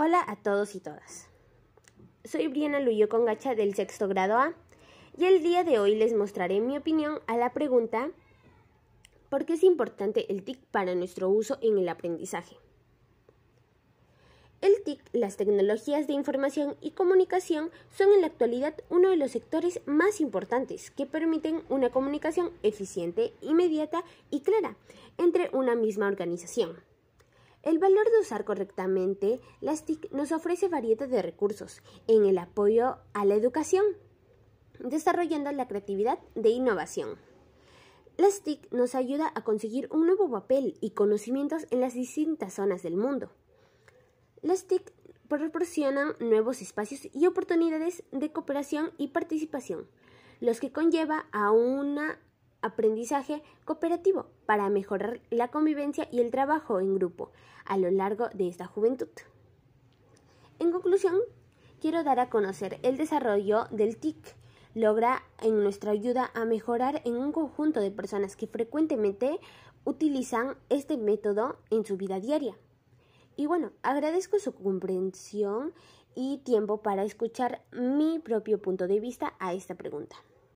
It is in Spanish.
Hola a todos y todas. Soy Briana Luyo Congacha del sexto grado A y el día de hoy les mostraré mi opinión a la pregunta ¿por qué es importante el TIC para nuestro uso en el aprendizaje? El TIC, las tecnologías de información y comunicación, son en la actualidad uno de los sectores más importantes que permiten una comunicación eficiente, inmediata y clara entre una misma organización. El valor de usar correctamente las TIC nos ofrece variedad de recursos en el apoyo a la educación, desarrollando la creatividad de innovación. Las TIC nos ayuda a conseguir un nuevo papel y conocimientos en las distintas zonas del mundo. Las TIC proporcionan nuevos espacios y oportunidades de cooperación y participación, los que conlleva a un aprendizaje cooperativo para mejorar la convivencia y el trabajo en grupo a lo largo de esta juventud. En conclusión, quiero dar a conocer el desarrollo del TIC. Logra en nuestra ayuda a mejorar en un conjunto de personas que frecuentemente utilizan este método en su vida diaria. Y bueno, agradezco su comprensión y tiempo para escuchar mi propio punto de vista a esta pregunta.